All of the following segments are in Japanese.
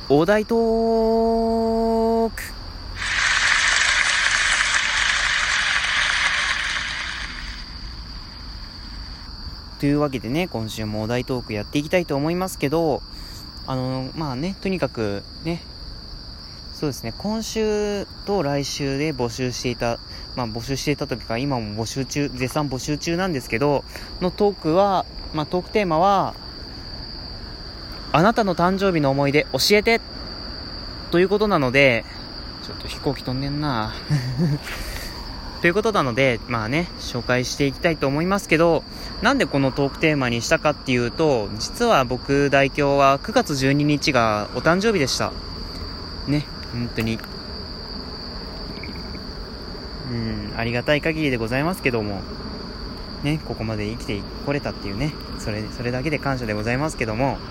お題トーク。というわけでね、今週もお題トークやっていきたいと思いますけど、とにかくね、そうですね、今週と来週で募集していた時から今も絶賛募集中なんですけど、のトークテーマは、あなたの誕生日の思い出教えてということなので、ちょっと飛行機飛んでんなということなので、紹介していきたいと思いますけど、なんでこのトークテーマにしたかっていうと、実は僕代表は9月12日がお誕生日でしたね。本当にありがたい限りでございますけどもね、ここまで生きてこれたっていうね、それだけで感謝でございますけども、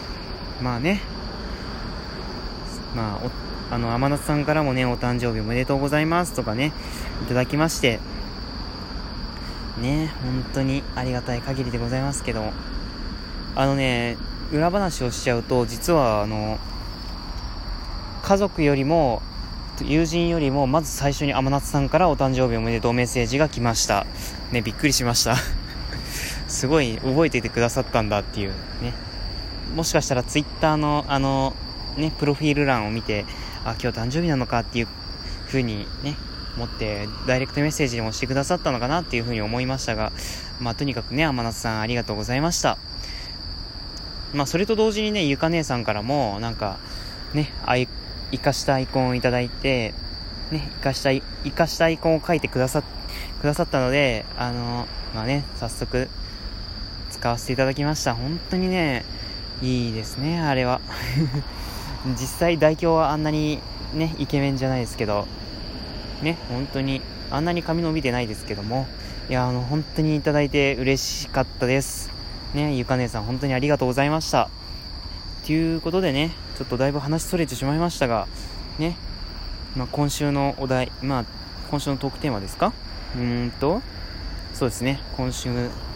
天夏さんからもね、お誕生日おめでとうございますとかね、いただきましてね、本当にありがたい限りでございますけども、裏話をしちゃうと、実は家族よりも友人よりもまず最初に天夏さんからお誕生日おめでとうメッセージが来ましたね。びっくりしましたすごい覚えていてくださったんだっていうね。もしかしたらツイッターのプロフィール欄を見て、今日誕生日なのかっていう風にね思ってダイレクトメッセージでもしてくださったのかなっていう風に思いましたが、とにかくね、天夏さんありがとうございました。それと同時にね、ゆか姉さんからも生かしたアイコンをいただいてね、生かしたアイコンを書いてくださったので、早速使わせていただきました。本当にね、いいですね、あれは実際代表はあんなにねイケメンじゃないですけどね、本当にあんなに髪伸びてないですけども、本当にいただいて嬉しかったですね。ゆか姉さん本当にありがとうございましたということでね、ちょっとだいぶ話それてしまいましたがね、今週のお題、今週のトークテーマですか。そうですね、今週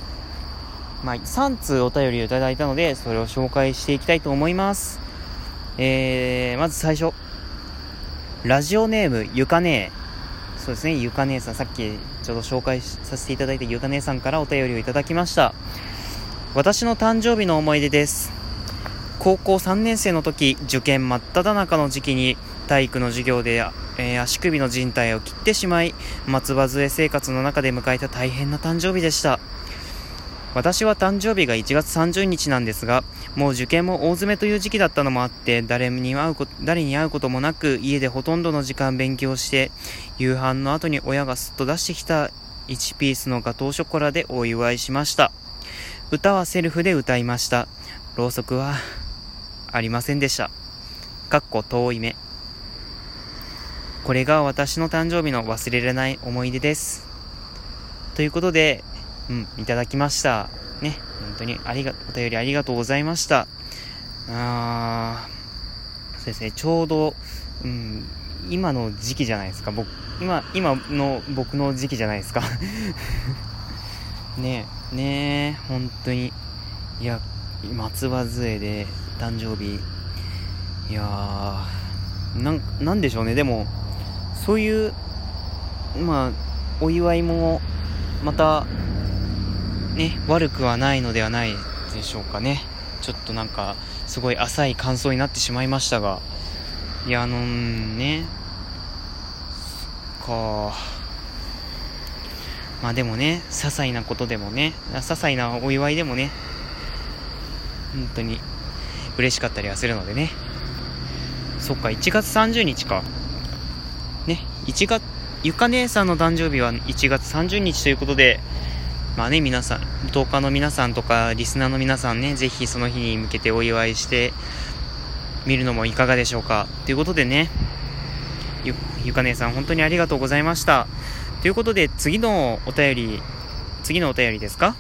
3通お便りをいただいたので、それを紹介していきたいと思います。まず最初、ラジオネームゆかねえ。そうですね、ゆかねえさん、さっきちょうど紹介させていただいたゆかねえさんからお便りをいただきました。私の誕生日の思い出です。高校3年生の時、受験真っ只中の時期に体育の授業で、足首の靭帯を切ってしまい、松葉杖生活の中で迎えた大変な誕生日でした。私は誕生日が1月30日なんですが、もう受験も大詰めという時期だったのもあって、誰に会うこともなく、家でほとんどの時間勉強して、夕飯の後に親がすっと出してきた1ピースのガトーショコラでお祝いしました。歌はセルフで歌いました。ろうそくはありませんでした。遠い目。これが私の誕生日の忘れられない思い出です。ということで、いただきましたね。本当にお便りありがとうございました。そうですね、ちょうど、今の時期じゃないですか。今の僕の時期じゃないですかねえ、本当に、いや、松葉杖で誕生日、いやー、なんでしょうね。でもそういうお祝いもまたね、悪くはないのではないでしょうかね。ちょっとすごい浅い感想になってしまいましたが、いやでもね、些細なことでもね、些細なお祝いでもね、本当に嬉しかったりはするのでね。そっか、1月30日かね。ゆか姉さんの誕生日は1月30日ということで、皆さん、10日の皆さんとかリスナーの皆さんね、ぜひその日に向けてお祝いしてみるのもいかがでしょうか。ということでね、ゆか姉さん本当にありがとうございました。ということで、次のお便りですか。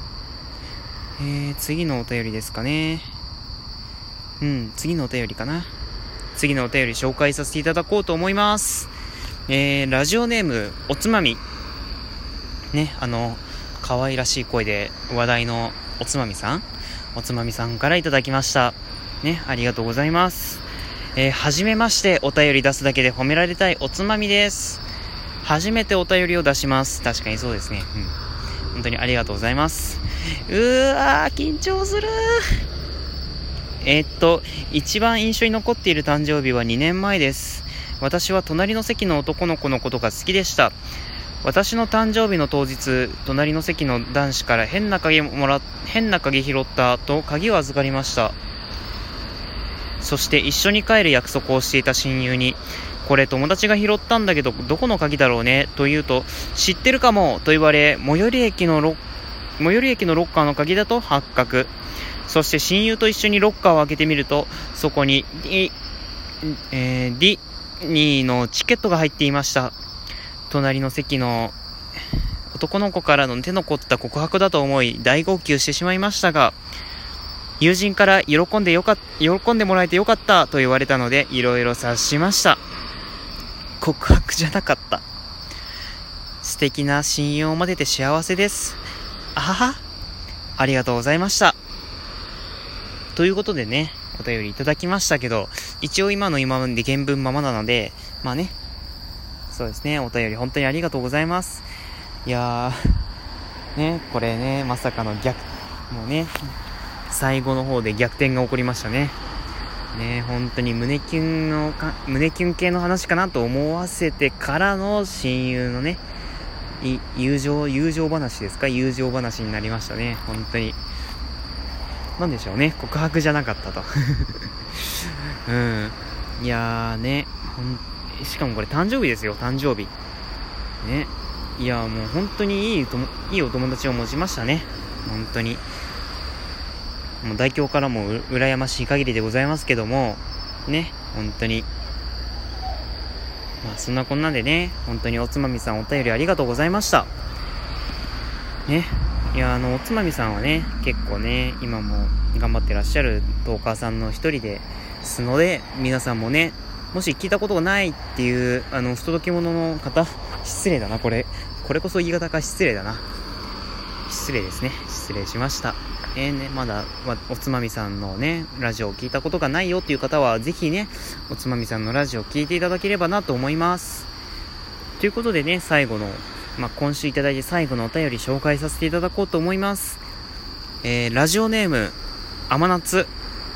次のお便りですかね。次のお便りかな。次のお便り紹介させていただこうと思います。ラジオネームおつまみね、可愛らしい声で話題のおつまみさんからいただきましたね。ありがとうございます。 はじめまして、お便り出すだけで褒められたいおつまみです。初めてお便りを出します。確かにそうですね。本当にありがとうございます。緊張する。一番印象に残っている誕生日は2年前です。私は隣の席の男の子のことが好きでした。私の誕生日の当日、隣の席の男子から変な鍵拾ったと鍵を預かりました。そして一緒に帰る約束をしていた親友に、これ友達が拾ったんだけどどこの鍵だろうねと言うと、知ってるかもと言われ、最寄り駅のロッカーの鍵だと発覚。そして親友と一緒にロッカーを開けてみると、そこにディニーのチケットが入っていました。隣の席の男の子からの手の凝った告白だと思い大号泣してしまいましたが、友人から喜んでもらえてよかったと言われたので、いろいろ察しました。告白じゃなかった。素敵な親友を持てて幸せです。ありがとうございました。ということでね、お便りいただきましたけど、一応今まで原文ままなので、そうですね、お便り本当にありがとうございます。いやーね、これね、まさかのもうね、最後の方で逆転が起こりましたね。本当に胸キュン系の話かなと思わせてからの親友のね、友情話ですか、友情話になりましたね。本当になんでしょうね、告白じゃなかったといやーね、しかもこれ誕生日ですよ、誕生日ね。いやもう本当にいいお友達を持ちましたね。本当にもう代表からも羨ましい限りでございますけどもね、本当にそんなこんなでね、本当におつまみさんお便りありがとうございましたね。いやおつまみさんはね、結構ね今も頑張ってらっしゃるトーカーさんの一人ですので、皆さんもね、もし聞いたことがないっていう不届き者の方、失礼だな、これこそ言い方が失礼だな。失礼ですね、失礼しました。まだおつまみさんのねラジオを聞いたことがないよっていう方は、ぜひねおつまみさんのラジオを聞いていただければなと思います。ということでね、最後の今週いただいて最後のお便り紹介させていただこうと思います。ラジオネーム甘夏。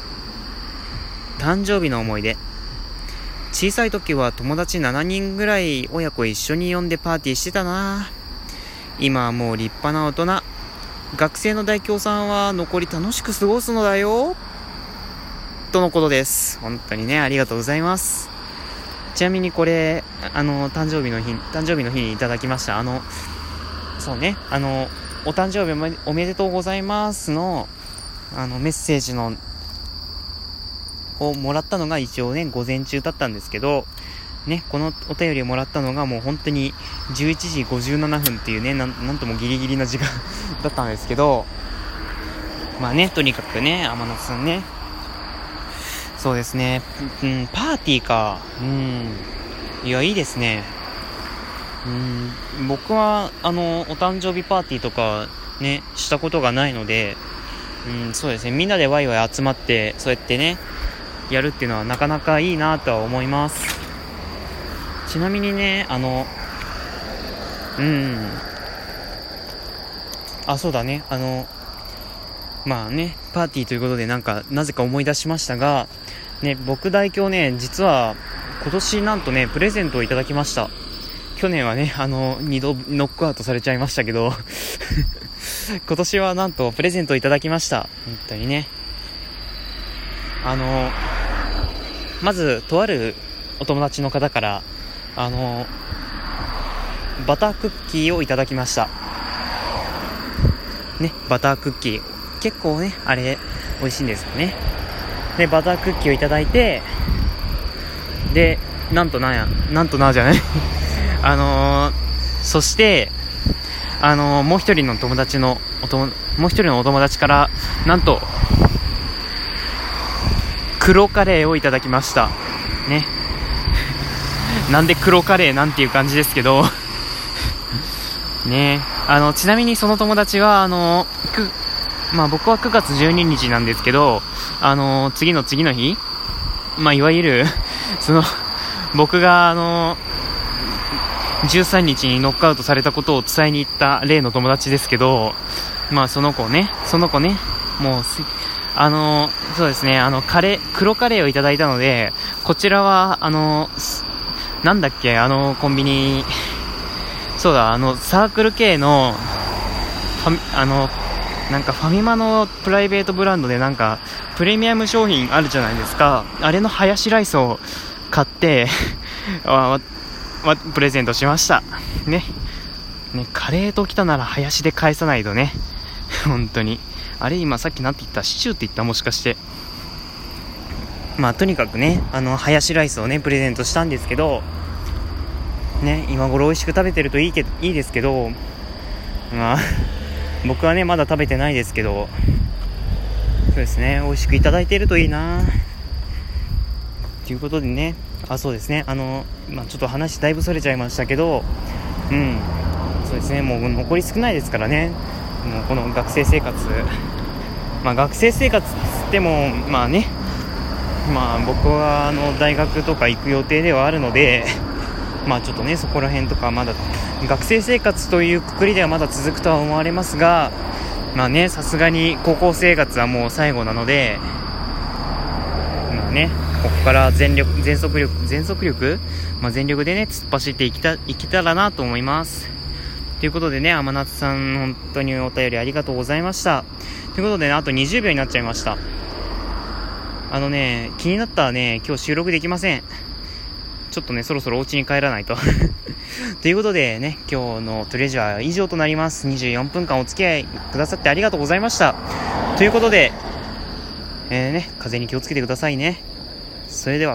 誕生日の思い出。小さい時は友達7人ぐらい親子一緒に呼んでパーティーしてたな。今はもう立派な大人。学生の代表さんは残り楽しく過ごすのだよとのことです。本当にね、ありがとうございます。ちなみにこれ誕生日の日にいただきました。そうね、お誕生日おめでとうございますのメッセージをもらったのが一応ね午前中だったんですけどね、このお便りをもらったのがもう本当に11時57分っていうね、なんともギリギリな時間だったんですけど、とにかくね、天野さんね、そうですね、パーティーか、いやいいですね。僕はお誕生日パーティーとかねしたことがないので、そうですね、みんなでワイワイ集まってそうやってねやるっていうのはなかなかいいなとは思います。ちなみにねそうだね、パーティーということでなぜか思い出しましたがね、僕代表ね、実は今年なんとねプレゼントをいただきました。去年はね2度ノックアウトされちゃいましたけど今年はなんとプレゼントをいただきました。本当にね、まずとあるお友達の方からバタークッキーをいただきましたね。バタークッキー結構ねあれ美味しいんですよね。でバタークッキーをいただいて、でなんとなじゃないそしてもう一人のお友達からなんと黒カレーをいただきましたね。なんで黒カレーなんていう感じですけどね、ちなみにその友達は僕は9月12日なんですけど、次の日まあいわゆる僕が13日にノックアウトされたことを伝えに行った例の友達ですけど、まあその子ね、もうそうですね、黒カレーをいただいたので、こちらはなんだっけ、コンビニ、そうだ、サークル系のなんかファミマのプライベートブランドでなんかプレミアム商品あるじゃないですか。あれのハヤシライスを買ってプレゼントしましたね。カレーと来たならハヤシで返さないとね。本当にあれ、今さっきなんて言った？シチューって言った？もしかして。まあとにかくね、ハヤシライスをねプレゼントしたんですけどね、今頃美味しく食べてるといいですけど、まあ僕はねまだ食べてないですけど、そうですね、美味しくいただいているといいなということでね。そうですね、まあ、ちょっと話だいぶそれちゃいましたけど、そうですね、もう残り少ないですからね。もうこの学生生活、まあ学生生活つってもまあね、まあ僕は大学とか行く予定ではあるので、まあちょっとねそこら辺とかまだ学生生活というくくりではまだ続くとは思われますが、まあね、さすがに高校生活はもう最後なので、まあね、ここから全力、まあ、全力でね突っ走っていけたらなと思います。ということでね、天夏さん本当にお便りありがとうございました。ということでね、あと20秒になっちゃいました。気になったらね、今日収録できません。ちょっとねそろそろお家に帰らないとということでね、今日のトレジャーは以上となります。24分間お付き合いくださってありがとうございました。ということで風邪に気をつけてくださいね。それでは。